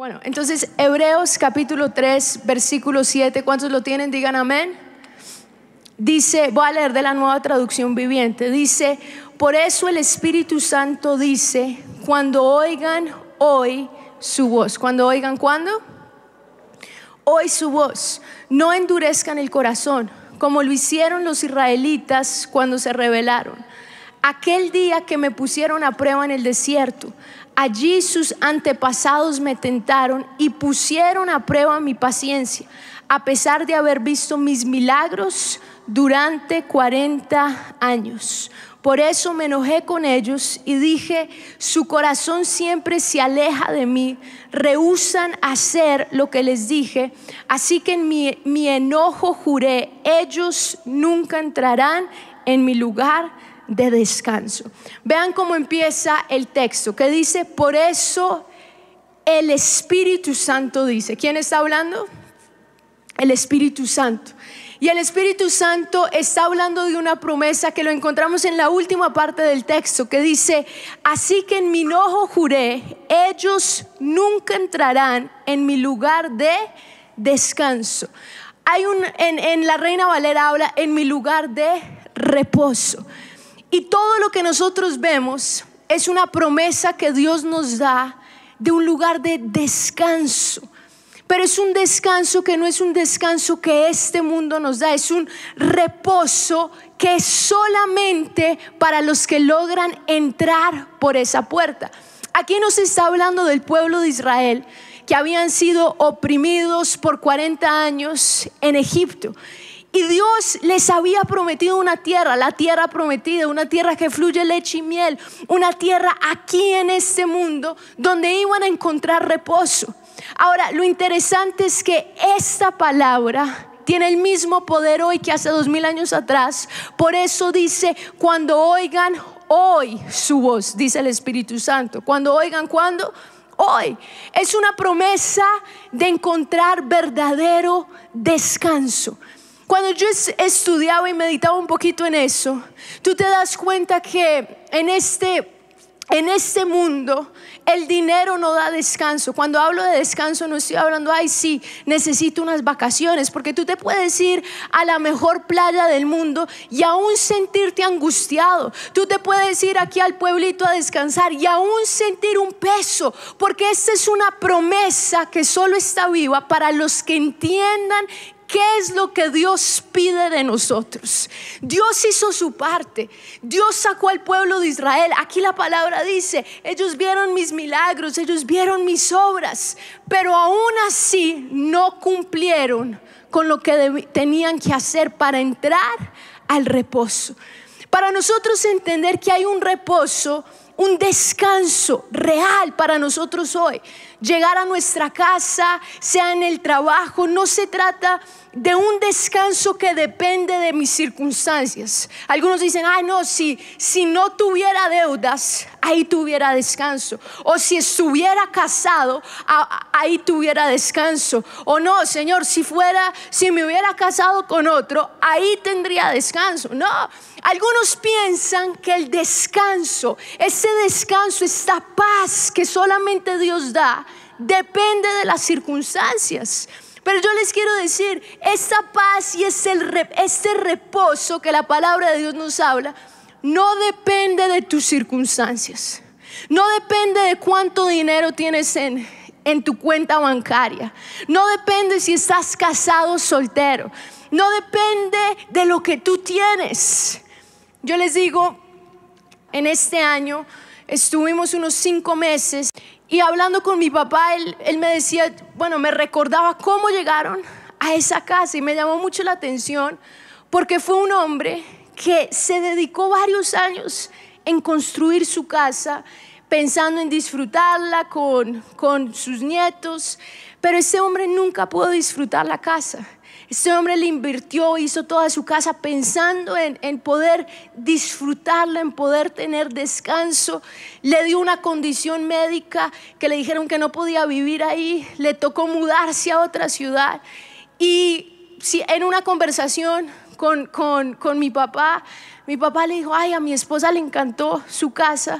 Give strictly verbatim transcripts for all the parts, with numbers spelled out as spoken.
Bueno, entonces Hebreos capítulo tres, versículo siete, ¿cuántos lo tienen? Digan amén. Dice, voy a leer de la Nueva Traducción Viviente. Dice, por eso el Espíritu Santo dice, cuando oigan hoy su voz. Cuando oigan, ¿cuándo? Hoy su voz. No endurezcan el corazón, como lo hicieron los israelitas cuando se rebelaron. Aquel día que me pusieron a prueba en el desierto, allí sus antepasados me tentaron y pusieron a prueba mi paciencia, a pesar de haber visto mis milagros durante cuarenta años. Por eso me enojé con ellos y dije, su corazón siempre se aleja de mí, rehúsan hacer lo que les dije. Así que en mi, mi enojo juré, ellos nunca entrarán en mi lugar de descanso. Vean cómo empieza el texto, que dice, por eso el Espíritu Santo dice. ¿Quién está hablando? El Espíritu Santo. Y el Espíritu Santo está hablando de una promesa que lo encontramos en la última parte del texto, que dice, así que en mi enojo juré, ellos nunca entrarán en mi lugar de descanso. Hay un, en, en la Reina Valera habla, en mi lugar de reposo. Y todo lo que nosotros vemos es una promesa que Dios nos da de un lugar de descanso. Pero es un descanso que no es un descanso que este mundo nos da, es un reposo que es solamente para los que logran entrar por esa puerta. Aquí nos está hablando del pueblo de Israel, que habían sido oprimidos por cuarenta años en Egipto. Y Dios les había prometido una tierra, la tierra prometida, una tierra que fluye leche y miel, una tierra aquí en este mundo donde iban a encontrar reposo. Ahora, lo interesante es que esta palabra tiene el mismo poder hoy que hace dos mil años atrás. Por eso dice, cuando oigan hoy su voz, dice el Espíritu Santo. Cuando oigan, ¿cuándo? Hoy. Es una promesa de encontrar verdadero descanso. Cuando yo estudiaba y meditaba un poquito en eso, tú te das cuenta que en este, en este mundo el dinero no da descanso. Cuando hablo de descanso no estoy hablando, ay sí, necesito unas vacaciones, porque tú te puedes ir a la mejor playa del mundo y aún sentirte angustiado. Tú te puedes ir aquí al pueblito a descansar y aún sentir un peso, porque esta es una promesa que solo está viva para los que entiendan ¿qué es lo que Dios pide de nosotros? Dios hizo su parte. Dios sacó al pueblo de Israel. Aquí la palabra dice, ellos vieron mis milagros, ellos vieron mis obras, pero aún así no cumplieron con lo que deb- tenían que hacer para entrar al reposo. Para nosotros entender que hay un reposo, un descanso real para nosotros hoy. Llegar a nuestra casa, sea en el trabajo, no se trata de un descanso que depende de mis circunstancias. Algunos dicen, ay no, si, si no tuviera deudas, ahí tuviera descanso. O si estuviera casado, a, ahí tuviera descanso. O no, Señor, si fuera, si me hubiera casado con otro, ahí tendría descanso. No, algunos piensan que el descanso, ese descanso, esta paz que solamente Dios da, depende de las circunstancias. Pero yo les quiero decir, esta paz y este, este reposo que la palabra de Dios nos habla, no depende de tus circunstancias. No depende de cuánto dinero tienes en, en tu cuenta bancaria. No depende si estás casado o soltero. No depende de lo que tú tienes. Yo les digo, en este año estuvimos unos cinco meses y hablando con mi papá, él, él me decía, bueno, me recordaba cómo llegaron a esa casa y me llamó mucho la atención porque fue un hombre que se dedicó varios años en construir su casa, pensando en disfrutarla con, con sus nietos, pero ese hombre nunca pudo disfrutar la casa. Este hombre le invirtió, hizo toda su casa pensando en, en poder disfrutarla, en poder tener descanso. Le dio una condición médica que le dijeron que no podía vivir ahí. Le tocó mudarse a otra ciudad. Y si, en una conversación con, con, con mi papá, mi papá le dijo, ay, a mi esposa le encantó su casa.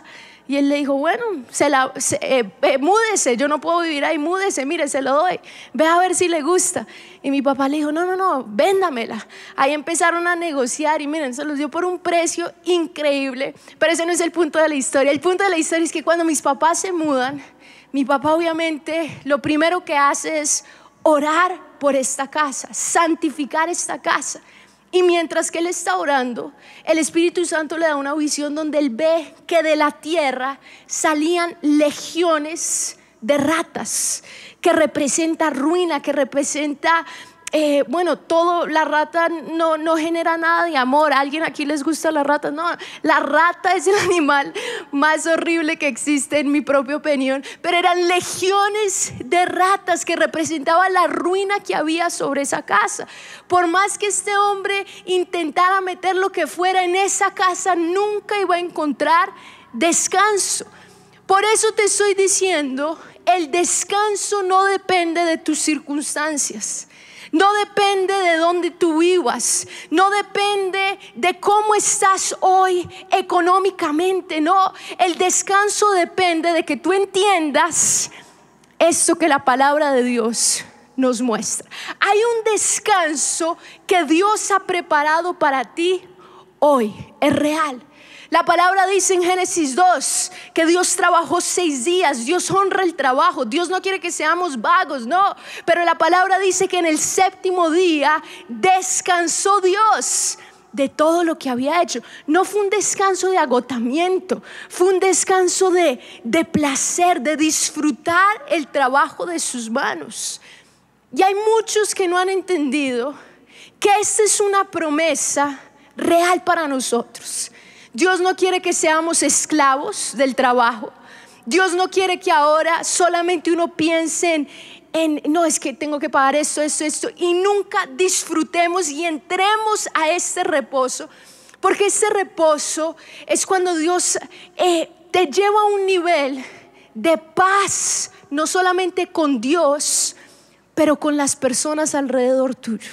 Y él le dijo, bueno, se la, se, eh, eh, múdese, yo no puedo vivir ahí, múdese, mire, se lo doy, ve a ver si le gusta. Y mi papá le dijo, no, no, no, véndamela. Ahí empezaron a negociar y miren, se los dio por un precio increíble. Pero ese no es el punto de la historia. El punto de la historia es que cuando mis papás se mudan, mi papá obviamente lo primero que hace es orar por esta casa, santificar esta casa. Y mientras que él está orando, el Espíritu Santo le da una visión donde él ve que de la tierra salían legiones de ratas, que representa ruina, que representa, eh, bueno, todo. La rata no, no genera nada de amor. ¿A alguien aquí les gusta la rata? No, la rata es el animal más horrible que existe en mi propia opinión. Pero eran legiones de ratas que representaban la ruina que había sobre esa casa. Por más que este hombre intentara meter lo que fuera en esa casa, nunca iba a encontrar descanso. Por eso te estoy diciendo, el descanso no depende de tus circunstancias. No depende de dónde tú vivas, no depende de cómo estás hoy económicamente, no. El descanso depende de que tú entiendas esto que la palabra de Dios nos muestra. Hay un descanso que Dios ha preparado para ti hoy, es real. La palabra dice en Génesis dos que Dios trabajó seis días. Dios honra el trabajo. Dios no quiere que seamos vagos, no. Pero la palabra dice que en el séptimo día descansó Dios de todo lo que había hecho. No fue un descanso de agotamiento, fue un descanso de, de placer, de disfrutar el trabajo de sus manos. Y hay muchos que no han entendido que esta es una promesa real para nosotros. Dios no quiere que seamos esclavos del trabajo. Dios no quiere que ahora solamente uno piense en, en no, es que tengo que pagar esto, esto, esto, y nunca disfrutemos y entremos a este reposo. Porque este reposo es cuando Dios eh, te lleva a un nivel de paz, no solamente con Dios, pero con las personas alrededor tuyo.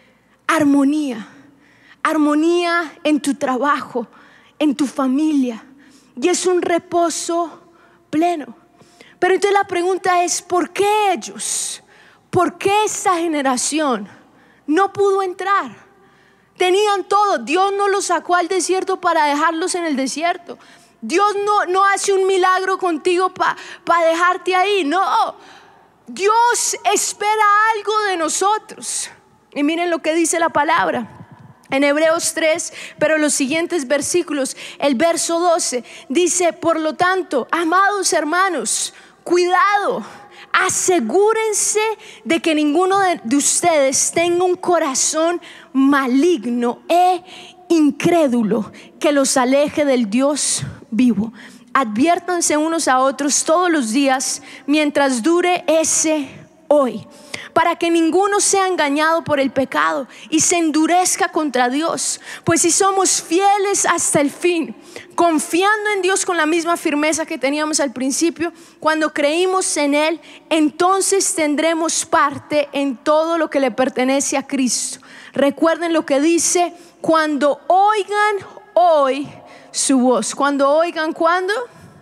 Armonía, armonía en tu trabajo, en tu familia, y es un reposo pleno. Pero entonces la pregunta es, ¿por qué ellos? ¿Por qué esta generación no pudo entrar? Tenían todo. Dios no los sacó al desierto para dejarlos en el desierto. Dios no, no hace un milagro contigo para pa dejarte ahí. No, Dios espera algo de nosotros. Y miren lo que dice la palabra en Hebreos tres, pero los siguientes versículos, el verso doce dice: por lo tanto, amados hermanos, cuidado, asegúrense de que ninguno de, de ustedes tenga un corazón maligno e incrédulo que los aleje del Dios vivo. Adviértanse unos a otros todos los días mientras dure ese hoy, para que ninguno sea engañado por el pecado y se endurezca contra Dios. Pues si somos fieles hasta el fin, confiando en Dios con la misma firmeza que teníamos al principio, cuando creímos en Él, entonces tendremos parte en todo lo que le pertenece a Cristo. Recuerden lo que dice: cuando oigan hoy su voz. Cuando oigan, ¿cuándo?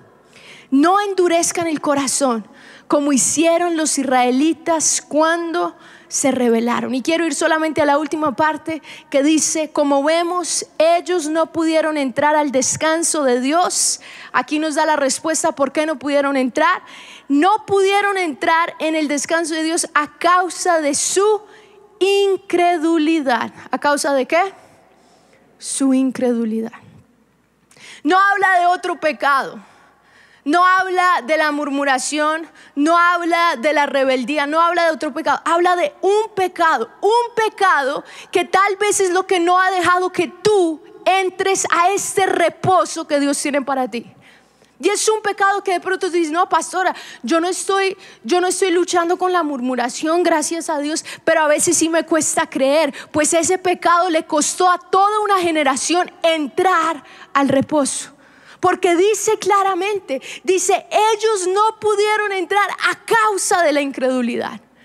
No endurezcan el corazón como hicieron los israelitas cuando se rebelaron. Y quiero ir solamente a la última parte que dice: como vemos, ellos no pudieron entrar al descanso de Dios. Aquí nos da la respuesta por qué no pudieron entrar. No pudieron entrar en el descanso de Dios a causa de su incredulidad. ¿A causa de qué? Su incredulidad. No habla de otro pecado. No habla de la murmuración, no habla de la rebeldía, no habla de otro pecado. Habla de un pecado, un pecado que tal vez es lo que no ha dejado que tú entres a este reposo que Dios tiene para ti. Y es un pecado que de pronto tú dices: no, pastora, yo no estoy, yo no estoy luchando con la murmuración, gracias a Dios, pero a veces sí me cuesta creer. Pues ese pecado le costó a toda una generación entrar al reposo. Porque dice claramente, dice: ellos no pudieron entrar a causa de la incredulidad.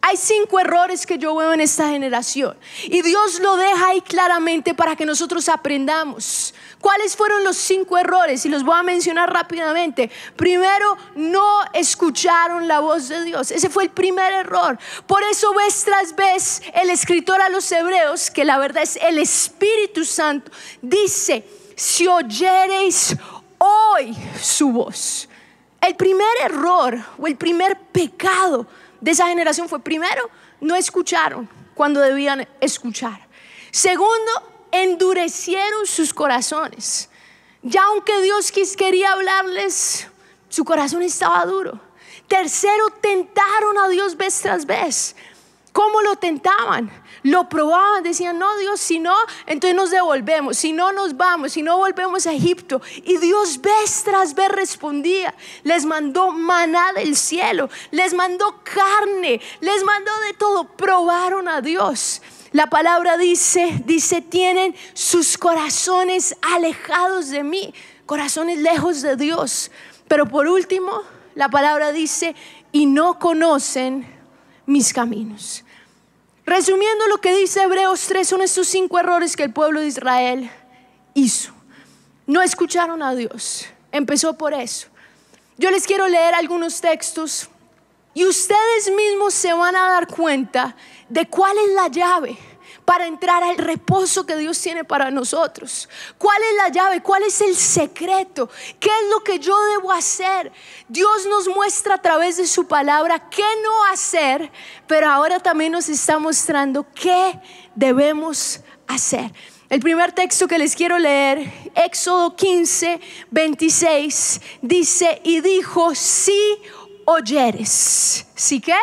Hay cinco errores que yo veo en esta generación y Dios lo deja ahí claramente para que nosotros aprendamos. ¿Cuáles fueron los cinco errores? Y los voy a mencionar rápidamente. Primero, no escucharon la voz de Dios. Ese fue el primer error. Por eso vez tras vez el escritor a los Hebreos, que la verdad es el Espíritu Santo, dice: si oyereis hoy su voz. El primer error o el primer pecado de esa generación fue, primero, no escucharon cuando debían escuchar. Segundo, endurecieron sus corazones. Ya aunque Dios quería hablarles, su corazón estaba duro. Tercero, tentaron a Dios vez tras vez. ¿Cómo lo tentaban? Lo probaban, decían: no, Dios, si no, entonces nos devolvemos, si no nos vamos, si no volvemos a Egipto. Y Dios vez tras vez respondía. Les mandó maná del cielo, les mandó carne, les mandó de todo. Probaron a Dios. La palabra dice, dice, tienen sus corazones alejados de mí, corazones lejos de Dios. Pero por último, la palabra dice: y no conocen mis caminos. Resumiendo lo que dice Hebreos tres, son estos cinco errores que el pueblo de Israel hizo. No escucharon a Dios. Empezó por eso. Yo les quiero leer algunos textos y ustedes mismos se van a dar cuenta de cuál es la llave para entrar al reposo que Dios tiene para nosotros. ¿Cuál es la llave? ¿Cuál es el secreto? ¿Qué es lo que yo debo hacer? Dios nos muestra a través de su palabra qué no hacer, pero ahora también nos está mostrando qué debemos hacer. El primer texto que les quiero leer, Éxodo quince, veintiséis, dice: y dijo: si oyeres. ¿Sí qué?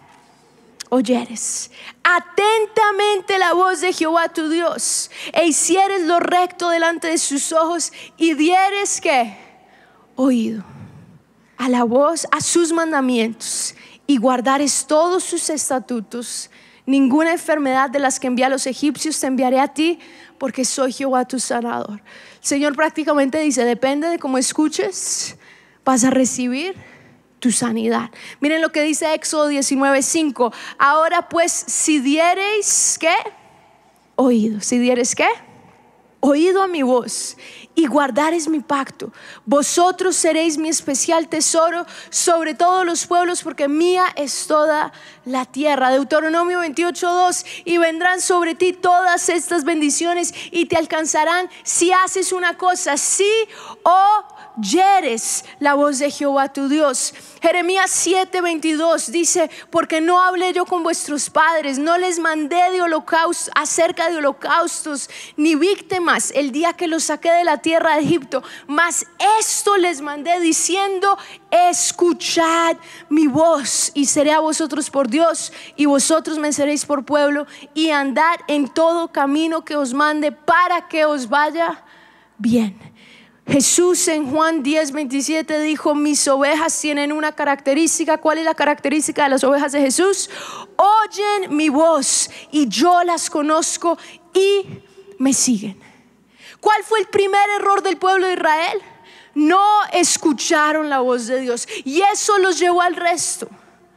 Oyeres atentamente la voz de Jehová tu Dios, e hicieres lo recto delante de sus ojos, y dieres ¿qué? Oído a la voz, a sus mandamientos, y guardares todos sus estatutos, ninguna enfermedad de las que envié a los egipcios te enviaré a ti, porque soy Jehová tu sanador. El Señor prácticamente dice: depende de cómo escuches, vas a recibir tu sanidad. Miren lo que dice Éxodo diecinueve, cinco. Ahora pues, si diereis ¿qué? Oído. Si diereis ¿qué? Oído a mi voz y guardares mi pacto, vosotros seréis mi especial tesoro sobre todos los pueblos, porque mía es toda la tierra. Deuteronomio veintiocho, dos. Y vendrán sobre ti todas estas bendiciones y te alcanzarán si haces una cosa, si oyeres la voz de Jehová tu Dios. Jeremías siete, veintidós dice: porque no hablé yo con vuestros padres, no les mandé de holocaustos, acerca de holocaustos ni víctimas el día que los saqué de la tierra de Egipto, mas esto les mandé diciendo: escuchad mi voz, y seré a vosotros por Dios, y vosotros me seréis por pueblo, y andad en todo camino que os mande, para que os vaya bien. Jesús en Juan diez, veintisiete dijo: mis ovejas tienen una característica. ¿Cuál es la característica de las ovejas de Jesús? Oyen mi voz y yo las conozco y me siguen. ¿Cuál fue el primer error del pueblo de Israel? No escucharon la voz de Dios, y eso los llevó al resto.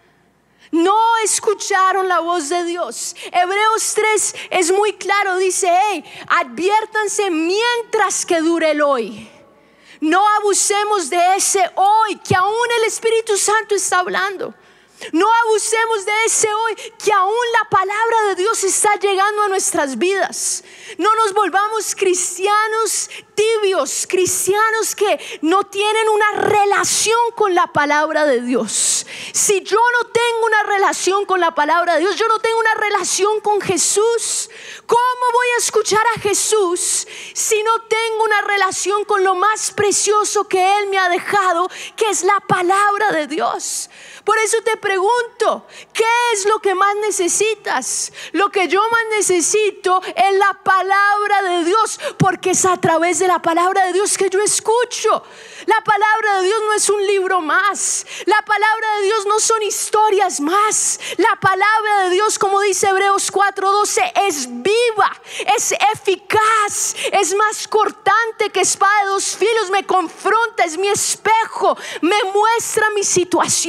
No escucharon la voz de Dios. Hebreos tres es muy claro, dice: hey, adviértanse mientras que dure el hoy. No abusemos de ese hoy que aún el Espíritu Santo está hablando. No abusemos de ese hoy que aún la palabra de Dios está llegando a nuestras vidas. No nos volvamos cristianos tibios, cristianos que no tienen una relación con la palabra de Dios. Si yo no tengo una relación con la palabra de Dios, yo no tengo una relación con Jesús, ¿cómo voy a escuchar a Jesús si no tengo una relación con lo más precioso que Él me ha dejado, que es la palabra de Dios? Por eso te pregunto, ¿qué es lo que más necesitas? Lo que yo más necesito es la palabra de Dios, porque es a través de la palabra de Dios que yo escucho. La palabra de Dios no es un libro más. La palabra de Dios no son historias más. La palabra de Dios, como dice Hebreos cuatro, doce, es viva, es eficaz, es más cortante que espada de dos filos, me confronta, es mi espejo, me muestra mi situación.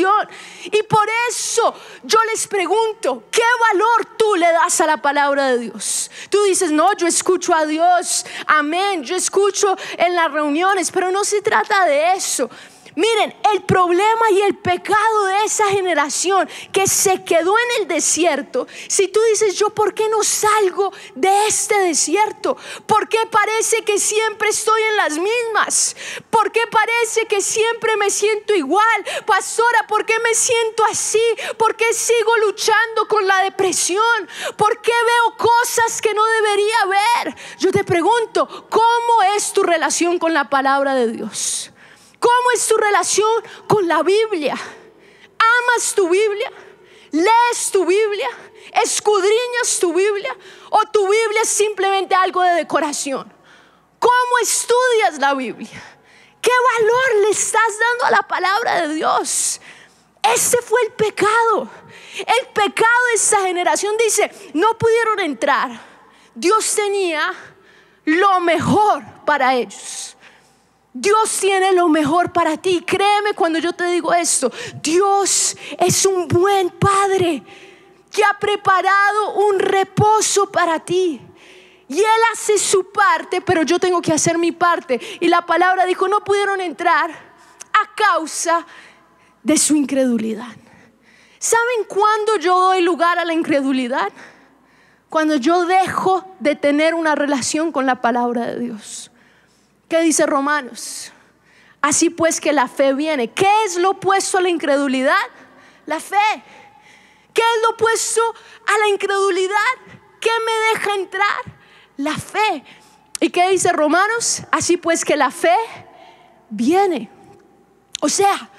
Y por eso yo les pregunto, ¿qué valor tú le das a la palabra de Dios? Tú dices, no, yo escucho a Dios, amén, yo escucho en las reuniones, pero no se trata de eso. Miren, el problema y el pecado de esa generación que se quedó en el desierto. Si tú dices, yo ¿por qué no salgo de este desierto? ¿Por qué parece que siempre estoy en las mismas? ¿Por qué parece que siempre me siento igual? Pastora, ¿por qué me siento así? ¿Por qué sigo luchando con la depresión? ¿Por qué veo cosas que no debería ver? Yo te pregunto, ¿cómo es tu relación con la palabra de Dios? ¿Cómo es tu relación con la Biblia? ¿Amas tu Biblia? ¿Lees tu Biblia? ¿Escudriñas tu Biblia? ¿O tu Biblia es simplemente algo de decoración? ¿Cómo estudias la Biblia? ¿Qué valor le estás dando a la palabra de Dios? Ese fue el pecado. El pecado de esta generación. Dice, no pudieron entrar. Dios tenía lo mejor para ellos. Dios tiene lo mejor para ti. Créeme cuando yo te digo esto. Dios es un buen Padre que ha preparado un reposo para ti. Y Él hace su parte, pero yo tengo que hacer mi parte. Y la palabra dijo, no pudieron entrar a causa de su incredulidad. ¿Saben cuándo yo doy lugar a la incredulidad? Cuando yo dejo de tener una relación con la palabra de Dios. ¿Qué dice Romanos? Así pues que la fe viene. ¿Qué es lo opuesto a la incredulidad? La fe. ¿Qué es lo opuesto a la incredulidad? ¿Qué me deja entrar? La fe. ¿Y qué dice Romanos? Así pues que la fe viene. O sea,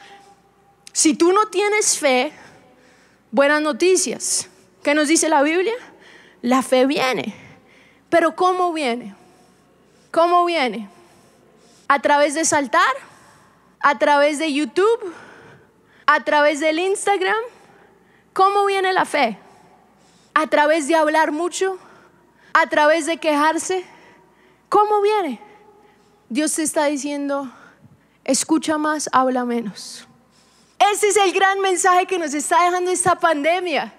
si tú no tienes fe, buenas noticias. ¿Qué nos dice la Biblia? La fe viene. Pero ¿cómo viene? ¿Cómo viene? ¿A través de saltar? ¿A través de YouTube? ¿A través del Instagram? ¿Cómo viene la fe? ¿A través de hablar mucho? ¿A través de quejarse? ¿Cómo viene? Dios te está diciendo, escucha más, habla menos. Ese es el gran mensaje que nos está dejando esta pandemia.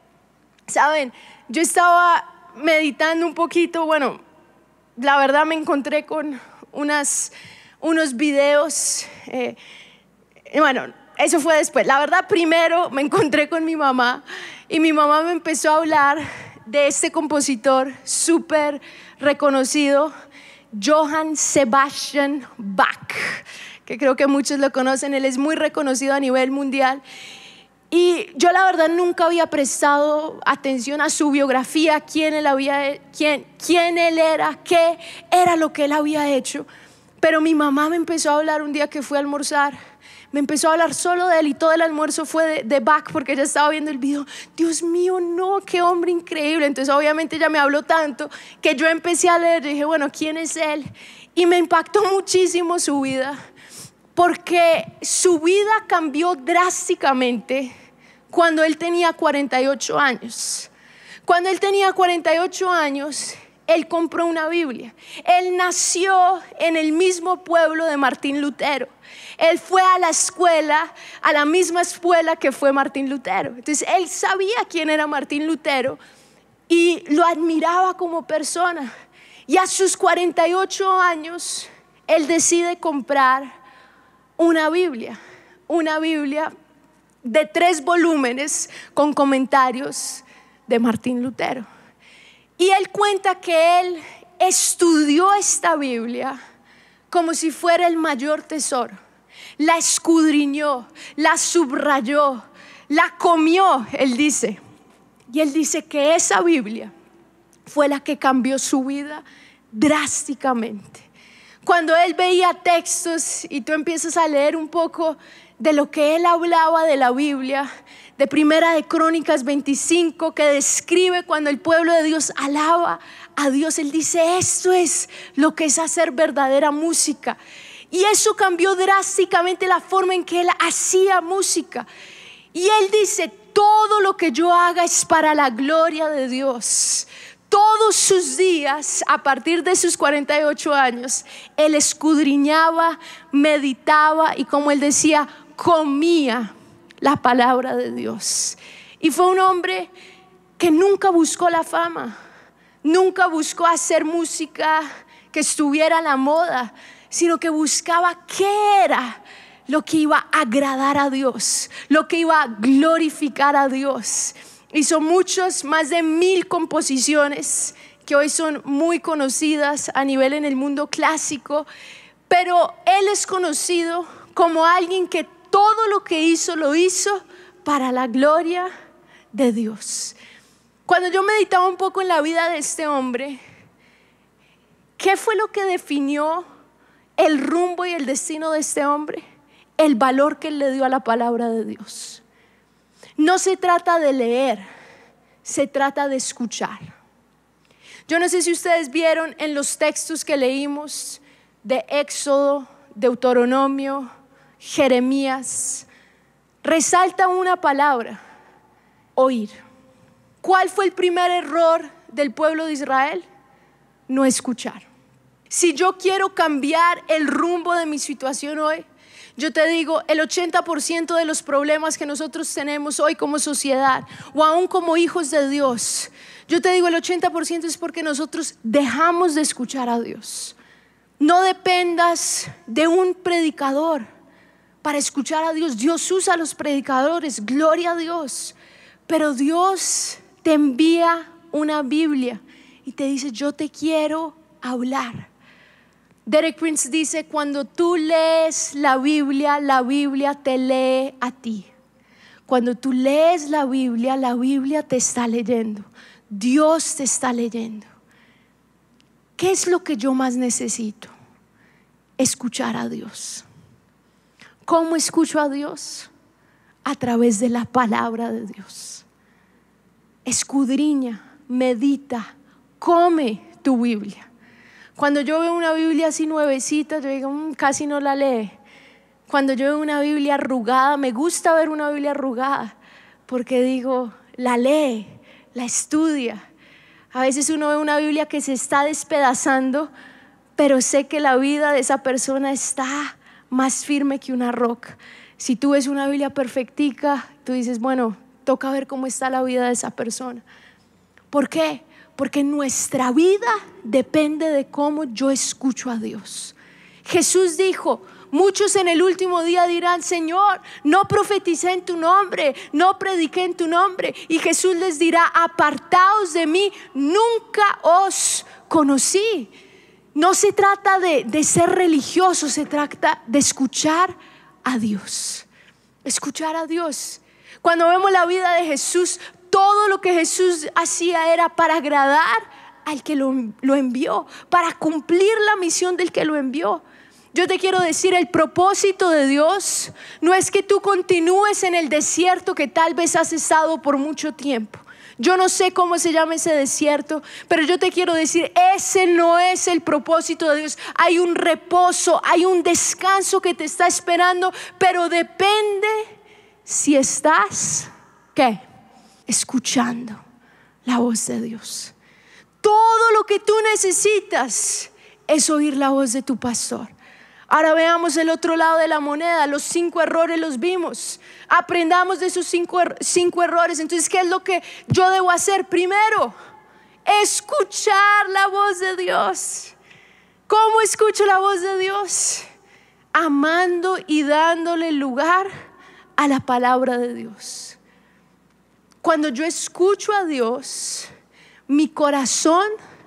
Saben, yo estaba meditando un poquito, bueno, la verdad me encontré con unas, unos videos, eh, bueno, eso fue después. La verdad, primero me encontré con mi mamá y mi mamá me empezó a hablar de este compositor súper reconocido, Johann Sebastian Bach, que creo que muchos lo conocen. Él es muy reconocido a nivel mundial. Y yo la verdad nunca había prestado atención a su biografía, quién él, había, quién, quién él era, qué era lo que él había hecho. Pero mi mamá me empezó a hablar un día que fui a almorzar. Me empezó a hablar solo de él y todo el almuerzo fue de, de Bach porque ella estaba viendo el video. Dios mío, no, qué hombre increíble. Entonces obviamente ella me habló tanto que yo empecé a leer. Yo dije, bueno, ¿quién es él? Y me impactó muchísimo su vida, porque su vida cambió drásticamente cuando él tenía cuarenta y ocho años. Cuando él tenía cuarenta y ocho años, él compró una Biblia. Él nació en el mismo pueblo de Martín Lutero. Él fue a la escuela, a la misma escuela que fue Martín Lutero. Entonces él sabía quién era Martín Lutero y lo admiraba como persona. Y a sus cuarenta y ocho años, él decide comprar una Biblia, una Biblia de tres volúmenes con comentarios de Martín Lutero. Y él cuenta que él estudió esta Biblia como si fuera el mayor tesoro. La escudriñó, la subrayó, la comió, él dice. Y él dice que esa Biblia fue la que cambió su vida drásticamente. Cuando él veía textos y tú empiezas a leer un poco de lo que él hablaba de la Biblia, de Primera de Crónicas veinticinco, que describe cuando el pueblo de Dios alaba a Dios, él dice, esto es lo que es hacer verdadera música. Y eso cambió drásticamente la forma en que él hacía música. Y él dice, todo lo que yo haga es para la gloria de Dios. Todos sus días, a partir de sus cuarenta y ocho años, él escudriñaba, meditaba y, como él decía, comía la palabra de Dios. Y fue un hombre que nunca buscó la fama, nunca buscó hacer música que estuviera a la moda, sino que buscaba qué era lo que iba a agradar a Dios, lo que iba a glorificar a Dios. Hizo muchos, más de mil composiciones que hoy son muy conocidas a nivel en el mundo clásico, pero él es conocido como alguien que todo lo que hizo, lo hizo para la gloria de Dios. Cuando yo meditaba un poco en la vida de este hombre, ¿qué fue lo que definió el rumbo y el destino de este hombre? El valor que él le dio a la palabra de Dios. No se trata de leer, se trata de escuchar. Yo no sé si ustedes vieron en los textos que leímos de Éxodo, Deuteronomio, Jeremías, resalta una palabra: oír. ¿Cuál fue el primer error del pueblo de Israel? No escuchar. Si yo quiero cambiar el rumbo de mi situación hoy, yo te digo, el ochenta por ciento de los problemas que nosotros tenemos hoy como sociedad o aún como hijos de Dios, yo te digo, el ochenta por ciento es porque nosotros dejamos de escuchar a Dios. No dependas de un predicador para escuchar a Dios. Dios usa a los predicadores, gloria a Dios, pero Dios te envía una Biblia y te dice: yo te quiero hablar. Derek Prince dice: cuando tú lees la Biblia, la Biblia te lee a ti. Cuando tú lees la Biblia, la Biblia te está leyendo. Dios te está leyendo. ¿Qué es lo que yo más necesito? Escuchar a Dios. ¿Cómo escucho a Dios? A través de la palabra de Dios. Escudriña, medita, come tu Biblia. Cuando yo veo una Biblia así nuevecita, yo digo, mmm, casi no la lee. Cuando yo veo una Biblia arrugada, me gusta ver una Biblia arrugada, porque digo, la lee, la estudia. A veces uno ve una Biblia que se está despedazando, pero sé que la vida de esa persona está más firme que una roca. Si tú ves una Biblia perfectica, tú dices, bueno, toca ver cómo está la vida de esa persona. ¿Por qué? Porque nuestra vida depende de cómo yo escucho a Dios. Jesús dijo: muchos en el último día dirán: Señor, no profeticé en tu nombre, no prediqué en tu nombre. Y Jesús les dirá: apartaos de mí, nunca os conocí. No se trata de, de ser religioso, se trata de escuchar a Dios. Escuchar a Dios. Cuando vemos la vida de Jesús, todo lo que Jesús hacía era para agradar al que lo, lo envió, para cumplir la misión del que lo envió. Yo te quiero decir, el propósito de Dios no es que tú continúes en el desierto que tal vez has estado por mucho tiempo. Yo no sé cómo se llama ese desierto, pero yo te quiero decir, ese no es el propósito de Dios. Hay un reposo, hay un descanso que te está esperando, pero depende si estás, ¿qué? Escuchando la voz de Dios. Todo lo que tú necesitas es oír la voz de tu pastor. Ahora veamos el otro lado de la moneda. Los cinco errores los vimos. Aprendamos de esos cinco, er- cinco errores. Entonces, ¿qué es lo que yo debo hacer? Primero, escuchar la voz de Dios. ¿Cómo escucho la voz de Dios? Amando y dándole lugar a la palabra de Dios. Cuando yo escucho a Dios, mi corazón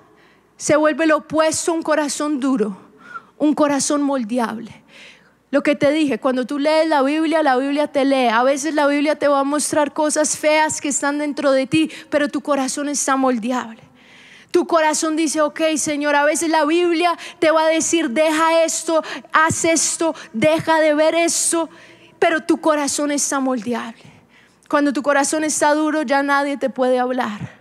se vuelve lo opuesto a un corazón duro, un corazón moldeable. Lo que te dije, cuando tú lees la Biblia, la Biblia te lee. A veces la Biblia te va a mostrar cosas feas que están dentro de ti, pero tu corazón está moldeable. Tu corazón dice: ok, Señor. A veces la Biblia te va a decir: deja esto, haz esto, deja de ver esto, pero tu corazón está moldeable. Cuando tu corazón está duro, ya nadie te puede hablar.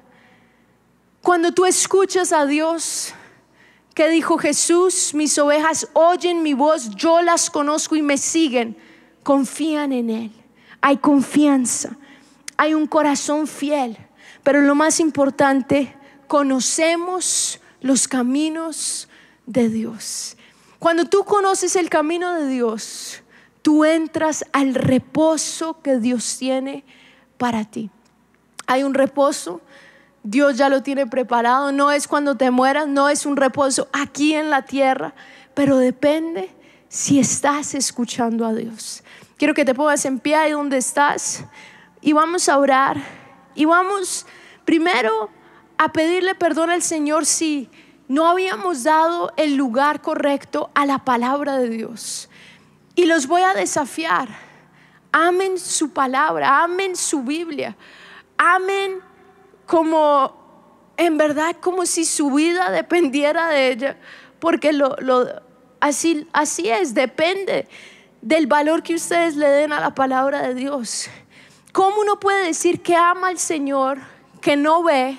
Cuando tú escuchas a Dios, ¿qué dijo Jesús? Mis ovejas oyen mi voz, yo las conozco y me siguen. Confían en Él. Hay confianza, hay un corazón fiel. Pero lo más importante, conocemos los caminos de Dios. Cuando tú conoces el camino de Dios, tú entras al reposo que Dios tiene para ti. Hay un reposo, Dios ya lo tiene preparado. No es cuando te mueras, no es un reposo aquí en la tierra, pero depende si estás escuchando a Dios. Quiero que te pongas en pie ahí donde estás y vamos a orar. Y vamos primero a pedirle perdón al Señor si no habíamos dado el lugar correcto a la palabra de Dios. Y los voy a desafiar: amen su palabra, amen su Biblia, amen como en verdad, como si su vida dependiera de ella, porque lo, lo, así, así es, depende del valor que ustedes le den a la palabra de Dios. ¿Cómo uno puede decir que ama al Señor, que no ve,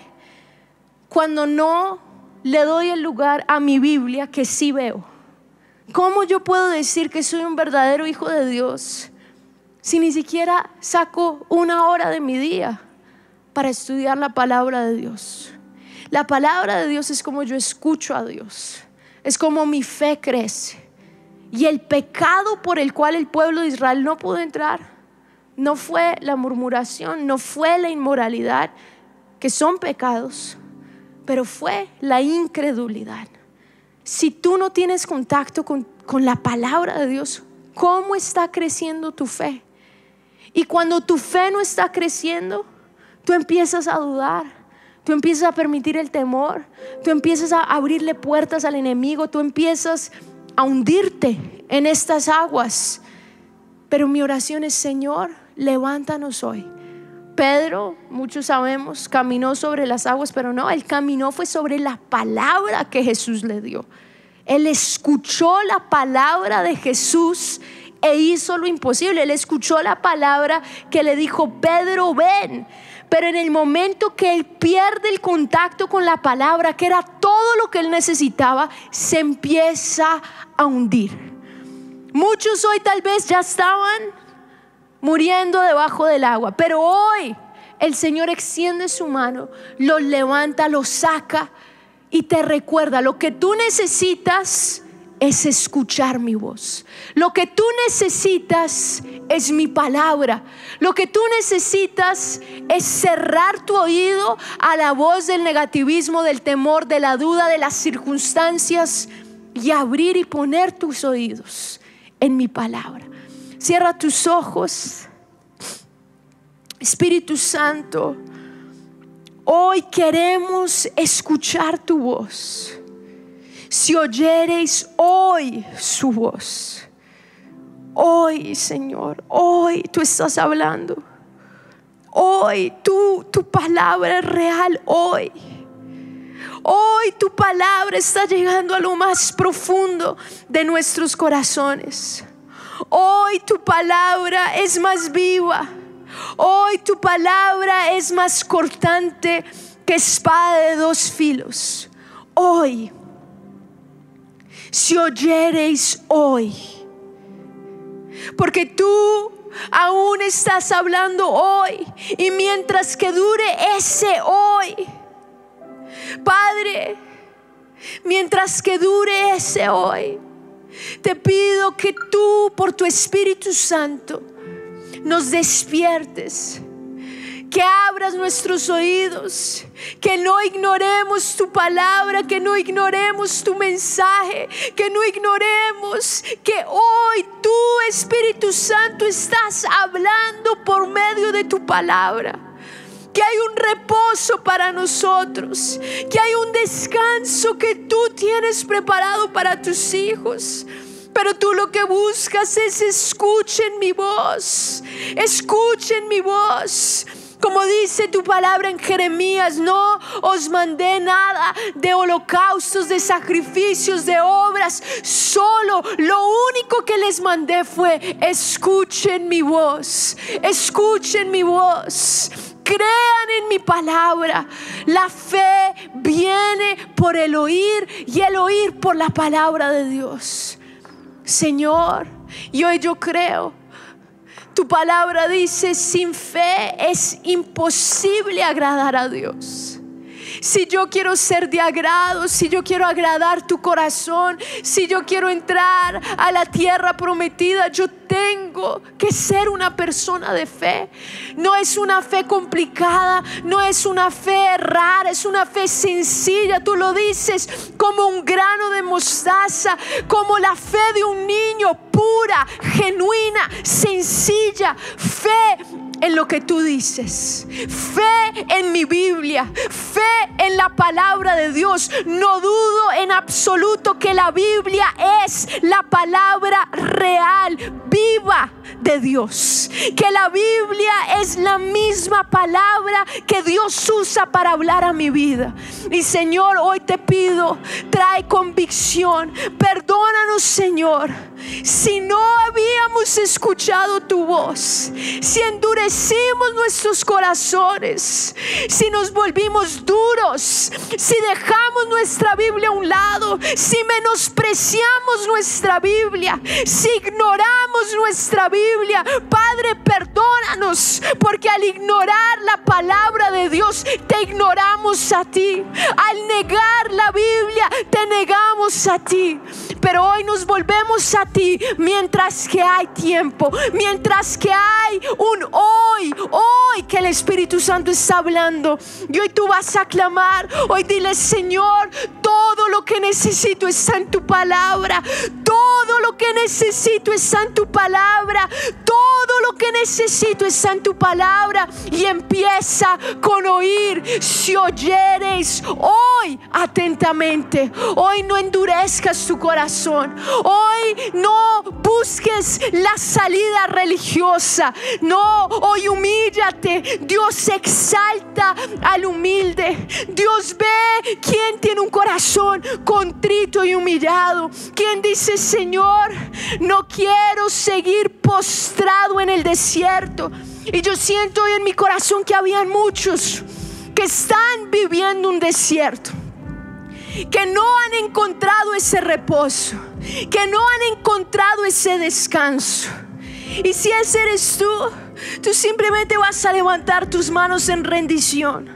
cuando no le doy el lugar a mi Biblia que sí veo? ¿Cómo yo puedo decir que soy un verdadero hijo de Dios si ni siquiera saco una hora de mi día para estudiar la palabra de Dios? La palabra de Dios es como yo escucho a Dios, es como mi fe crece. Y el pecado por el cual el pueblo de Israel no pudo entrar no fue la murmuración, no fue la inmoralidad, que son pecados, pero fue la incredulidad. Si tú no tienes contacto con, con la palabra de Dios, ¿cómo está creciendo tu fe? Y cuando tu fe no está creciendo, tú empiezas a dudar, tú empiezas a permitir el temor, tú empiezas a abrirle puertas al enemigo, tú empiezas a hundirte en estas aguas. Pero mi oración es: Señor, levántanos hoy. Pedro, muchos sabemos, caminó sobre las aguas, pero no, él caminó fue sobre la palabra que Jesús le dio. Él escuchó la palabra de Jesús e hizo lo imposible. Él escuchó la palabra que le dijo: Pedro, ven. Pero en el momento que él pierde el contacto con la palabra, que era todo lo que él necesitaba, se empieza a hundir. Muchos hoy tal vez ya estaban muriendo debajo del agua, pero hoy el Señor extiende su mano, los levanta, los saca y te recuerda: lo que tú necesitas es escuchar mi voz. Lo que tú necesitas es mi palabra. Lo que tú necesitas es cerrar tu oído a la voz del negativismo, del temor, de la duda, de las circunstancias, y abrir y poner tus oídos en mi palabra. Cierra tus ojos. Espíritu Santo, hoy queremos escuchar tu voz. Si oyereis hoy su voz, hoy, Señor, hoy tú estás hablando. Hoy tú, tu palabra es real. Hoy, hoy tu palabra está llegando a lo más profundo de nuestros corazones. Hoy tu palabra es más viva. Hoy tu palabra es más cortante que espada de dos filos. Hoy, si oyereis hoy, porque tú aún estás hablando hoy, y mientras que dure ese hoy, Padre, mientras que dure ese hoy, te pido que tú, por tu Espíritu Santo, nos despiertes, que abras nuestros oídos, que no ignoremos tu palabra, que no ignoremos tu mensaje, que no ignoremos que hoy tú, Espíritu Santo, estás hablando por medio de tu palabra. Que hay un reposo para nosotros, que hay un descanso que tú tienes preparado para tus hijos. Pero tú lo que buscas es: escuchen mi voz, escuchen mi voz. Como dice tu palabra en Jeremías: no os mandé nada de holocaustos, de sacrificios, de obras. Solo lo único que les mandé fue: escuchen mi voz, escuchen mi voz. Crean en mi palabra. La fe viene por el oír, y el oír por la palabra de Dios. Señor, y hoy yo creo, tu palabra dice: sin fe es imposible agradar a Dios. Si yo quiero ser de agrado, si yo quiero agradar tu corazón, si yo quiero entrar a la tierra prometida, yo tengo que ser una persona de fe. No es una fe complicada, no es una fe rara, es una fe sencilla. Tú lo dices como un grano de mostaza, como la fe de un niño, pura, genuina, sencilla. Fe en lo que tú dices, fe en mi Biblia, fe en la palabra de Dios. No dudo en absoluto que la Biblia es la palabra real, viva de Dios, que la Biblia es la misma palabra que Dios usa para hablar a mi vida. Y Señor, hoy te pido, trae convicción. Perdónanos, Señor, si no habíamos escuchado tu voz, si endurecimos nuestros corazones, si nos volvimos duros, si dejamos nuestra Biblia a un lado, si menospreciamos nuestra Biblia, si ignoramos nuestra Biblia. Padre, perdónanos, porque al ignorar la palabra de Dios te ignoramos a ti. Al negar la Biblia te negamos a ti. Pero hoy nos volvemos a ti mientras que hay tiempo, mientras que hay un hoy, hoy que el Espíritu Santo está hablando. Y hoy tú vas a clamar. Hoy dile: Señor, todo lo que necesito está en tu palabra. Todo lo que necesito está en tu palabra. Todo lo que necesito está en tu palabra. Y empieza con oír. Si oyereis hoy atentamente. Hoy no endurezcas tu corazón. Hoy no busques la salida religiosa. No, hoy humíllate. Dios exalta al humilde. Dios ve quién tiene un corazón contrito y humillado. Quien dice: Señor, no quiero seguir postrado en el desierto. Y yo siento hoy en mi corazón que habían muchos que están viviendo un desierto, que no han encontrado ese reposo, que no han encontrado ese descanso. Y si ese eres tú, tú simplemente vas a levantar tus manos en rendición.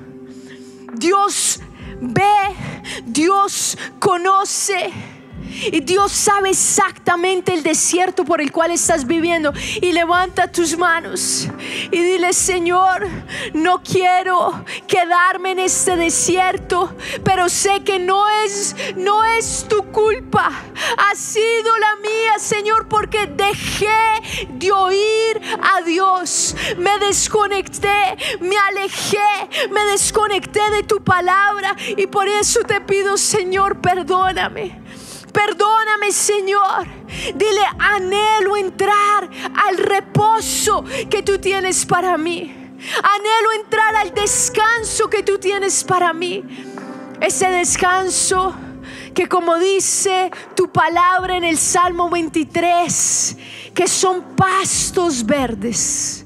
Dios ve, Dios conoce, y Dios sabe exactamente el desierto por el cual estás viviendo. Y levanta tus manos y dile: Señor, no quiero quedarme en este desierto, pero sé que no es, no es tu culpa. Ha sido la mía, Señor, porque dejé de oír a Dios. Me desconecté, me alejé, me desconecté de tu palabra. Y por eso te pido, Señor, perdóname. Perdóname, Señor. Dile: anhelo entrar al reposo que tú tienes para mí. Anhelo entrar al descanso que tú tienes para mí. Ese descanso que, como dice tu palabra en el Salmo veintitrés, que son pastos verdes.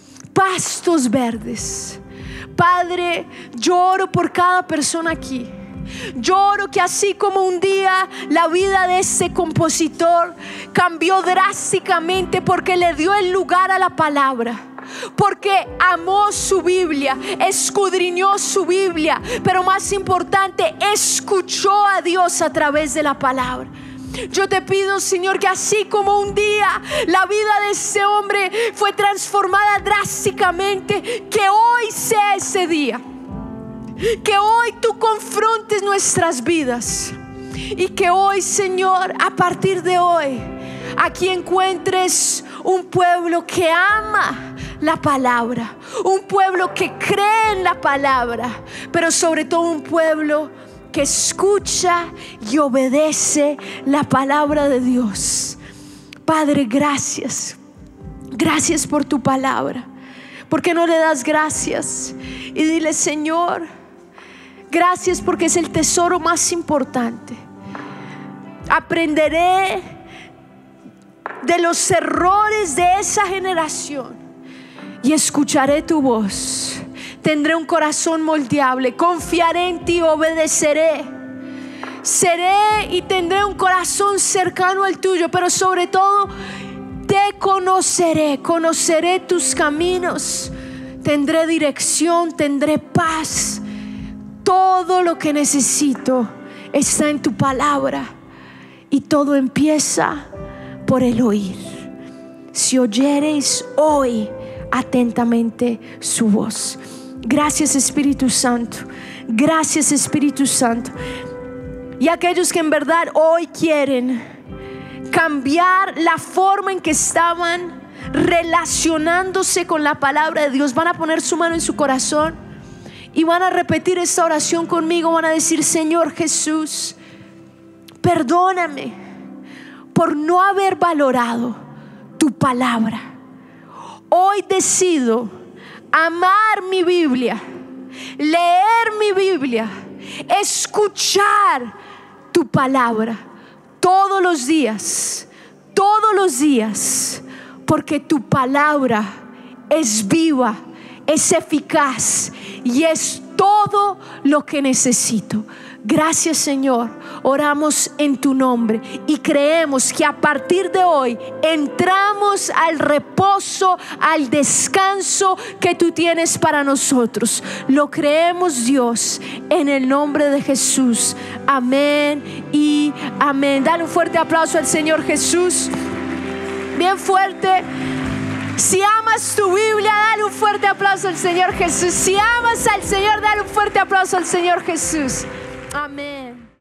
Pastos verdes. Padre, yo oro por cada persona aquí. Yo oro que así como un día la vida de este compositor cambió drásticamente porque le dio el lugar a la palabra, porque amó su Biblia, escudriñó su Biblia, pero más importante, escuchó a Dios a través de la palabra. Yo te pido, Señor, que así como un día la vida de ese hombre fue transformada drásticamente, que hoy sea ese día. Que hoy tú confrontes nuestras vidas. Y que hoy, Señor, a partir de hoy, aquí encuentres un pueblo que ama la palabra, un pueblo que cree en la palabra, pero sobre todo un pueblo que escucha y obedece la palabra de Dios. Padre, gracias. Gracias por tu palabra. ¿Por qué no le das gracias? Y dile: Señor, gracias porque es el tesoro más importante. Aprenderé de los errores de esa generación y escucharé tu voz. Tendré un corazón moldeable, confiaré en ti, obedeceré. Seré y tendré un corazón cercano al tuyo, pero sobre todo te conoceré, conoceré tus caminos. Tendré dirección, tendré paz. todo lo que necesito está en tu palabra, y todo empieza por el oír. Si oyereis hoy atentamente su voz. Gracias, Espíritu Santo. Gracias, Espíritu Santo. Y aquellos que en verdad hoy quieren cambiar la forma en que estaban relacionándose con la palabra de Dios, van a poner su mano en su corazón y van a repetir esta oración conmigo. Van a decir: Señor Jesús, perdóname por no haber valorado tu palabra. Hoy decido amar mi Biblia, leer mi Biblia, escuchar tu palabra todos los días, todos los días, porque tu palabra es viva, es eficaz y es todo lo que necesito. Gracias, Señor. Oramos en tu nombre y creemos que a partir de hoy entramos al reposo, al descanso que tú tienes para nosotros. Lo creemos, Dios, en el nombre de Jesús. Amén y amén. Dale un fuerte aplauso al Señor Jesús. Bien fuerte. Si amas tu Biblia, dale un fuerte aplauso al Señor Jesús. Si amas al Señor, dale un fuerte aplauso al Señor Jesús. Amén.